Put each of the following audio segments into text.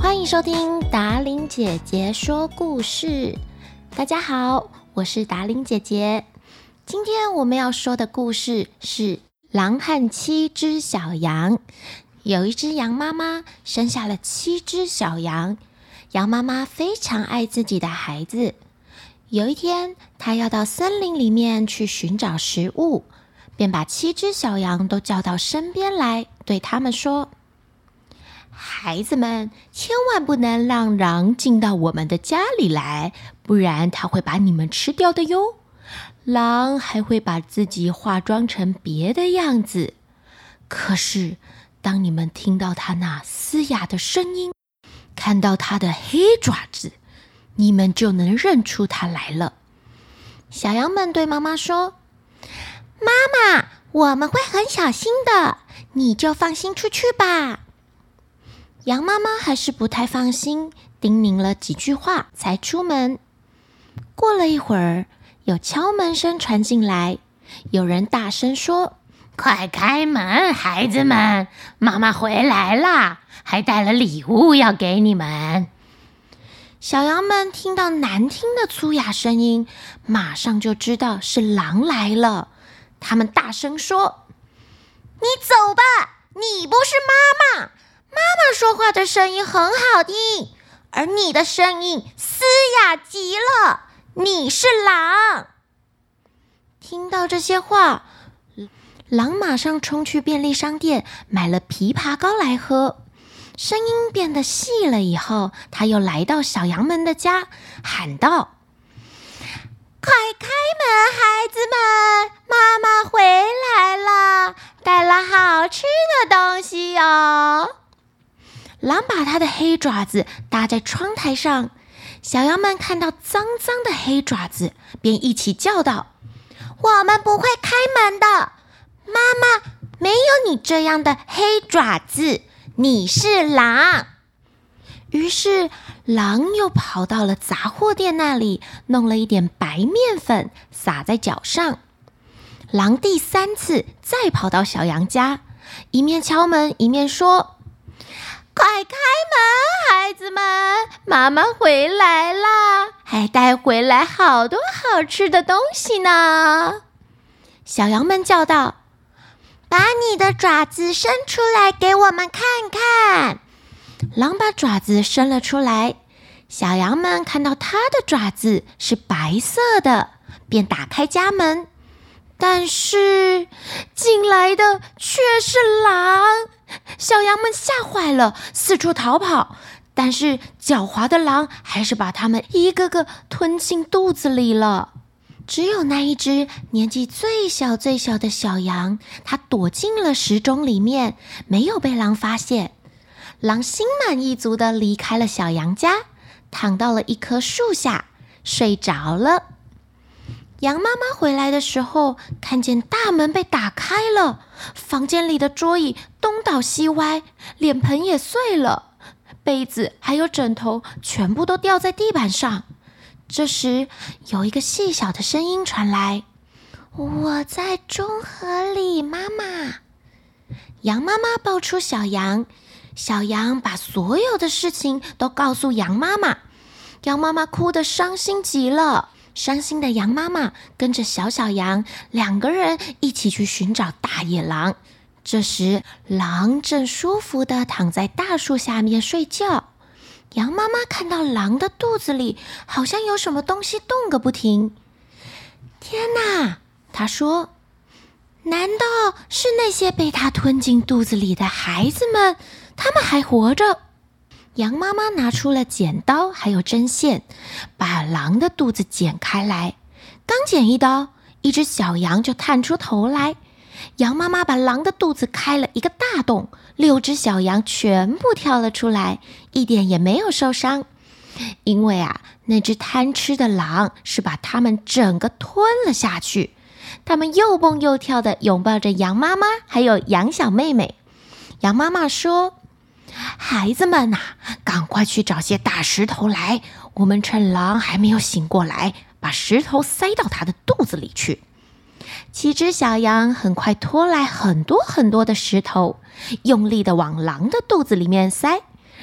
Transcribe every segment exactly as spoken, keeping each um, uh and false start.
欢迎收听达伶姐姐说故事。大家好，我是达伶姐姐。今天我们要说的故事是狼和七只小羊。有一只羊妈妈生下了七只小羊，羊妈妈非常爱自己的孩子。有一天，她要到森林里面去寻找食物，便把七只小羊都叫到身边来，对他们说：孩子们，千万不能让狼进到我们的家里来，不然它会把你们吃掉的哟。狼还会把自己化妆成别的样子，可是当你们听到它那嘶哑的声音，看到它的黑爪子，你们就能认出它来了。小羊们对妈妈说：妈妈，我们会很小心的，你就放心出去吧。羊妈妈还是不太放心，叮咛了几句话才出门。过了一会儿，有敲门声传进来，有人大声说：快开门，孩子们，妈妈回来啦，还带了礼物要给你们。小羊们听到难听的粗哑声音，马上就知道是狼来了。他们大声说：你走吧，你不是妈妈，妈妈说话的声音很好听，而你的声音嘶哑极了，你是狼。听到这些话，狼马上冲去便利商店买了枇杷膏来喝。声音变得细了以后，他又来到小羊们的家，喊道：快开门，孩子们，妈妈回来了，带了好吃的东西哦。狼把他的黑爪子搭在窗台上，小羊们看到脏脏的黑爪子，便一起叫道：我们不会开门的，妈妈，没有你这样的黑爪子，你是狼。于是狼又跑到了杂货店那里，弄了一点白面粉撒在脚上。狼第三次再跑到小羊家，一面敲门一面说：快开门，孩子们，妈妈回来啦，还带回来好多好吃的东西呢。小羊们叫道：把你的爪子伸出来给我们看看。狼把爪子伸了出来，小羊们看到它的爪子是白色的，便打开家门。但是进来的却是狼，小羊们吓坏了，四处逃跑，但是狡猾的狼还是把它们一个个吞进肚子里了。只有那一只年纪最小最小的小羊，它躲进了时钟里面，没有被狼发现。狼心满意足地离开了小羊家，躺到了一棵树下，睡着了。羊妈妈回来的时候，看见大门被打开了，房间里的桌椅东倒西歪，脸盆也碎了，被子还有枕头全部都掉在地板上。这时有一个细小的声音传来：我在钟盒里，妈妈。羊妈妈抱出小羊，小羊把所有的事情都告诉羊妈妈。羊妈妈哭得伤心极了，伤心的羊妈妈跟着小小羊两个人一起去寻找大野狼。这时狼正舒服地躺在大树下面睡觉，羊妈妈看到狼的肚子里好像有什么东西动个不停。天哪，她说，难道是那些被它吞进肚子里的孩子们，他们还活着？羊妈妈拿出了剪刀还有针线，把狼的肚子剪开来。刚剪一刀，一只小羊就探出头来。羊妈妈把狼的肚子开了一个大洞，六只小羊全部跳了出来，一点也没有受伤。因为啊，那只贪吃的狼是把它们整个吞了下去。它们又蹦又跳地拥抱着羊妈妈还有羊小妹妹。羊妈妈说：孩子们呐、啊，赶快去找些大石头来，我们趁狼还没有醒过来，把石头塞到它的肚子里去。七只小羊很快拖来很多很多的石头，用力地往狼的肚子里面塞，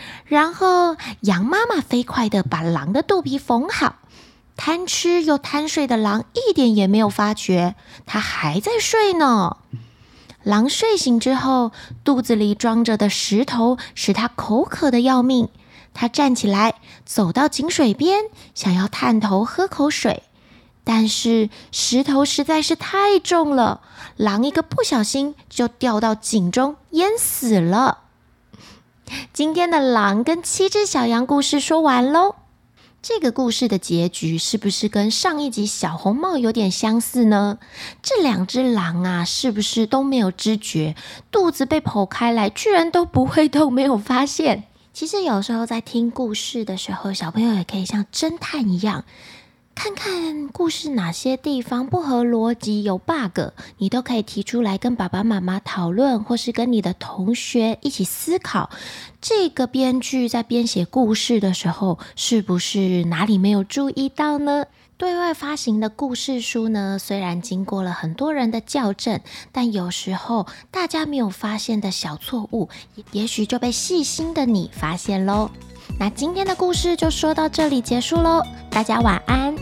然后羊妈妈飞快地把狼的肚皮缝好，贪吃又贪睡的狼一点也没有发觉，它还在睡呢。狼睡醒之后，肚子里装着的石头使它口渴的要命。它站起来，走到井水边，想要探头喝口水，但是石头实在是太重了，狼一个不小心就掉到井中淹死了。今天的狼跟七只小羊故事说完咯。这个故事的结局是不是跟上一集小红帽有点相似呢？这两只狼啊，是不是都没有知觉，肚子被剖开来，居然都不会动，没有发现？其实有时候在听故事的时候，小朋友也可以像侦探一样，看看故事哪些地方不合逻辑有 bug， 你都可以提出来跟爸爸妈妈讨论，或是跟你的同学一起思考，这个编剧在编写故事的时候是不是哪里没有注意到呢？对外发行的故事书呢，虽然经过了很多人的校正，但有时候大家没有发现的小错误，也许就被细心的你发现咯。那今天的故事就说到这里结束咯，大家晚安。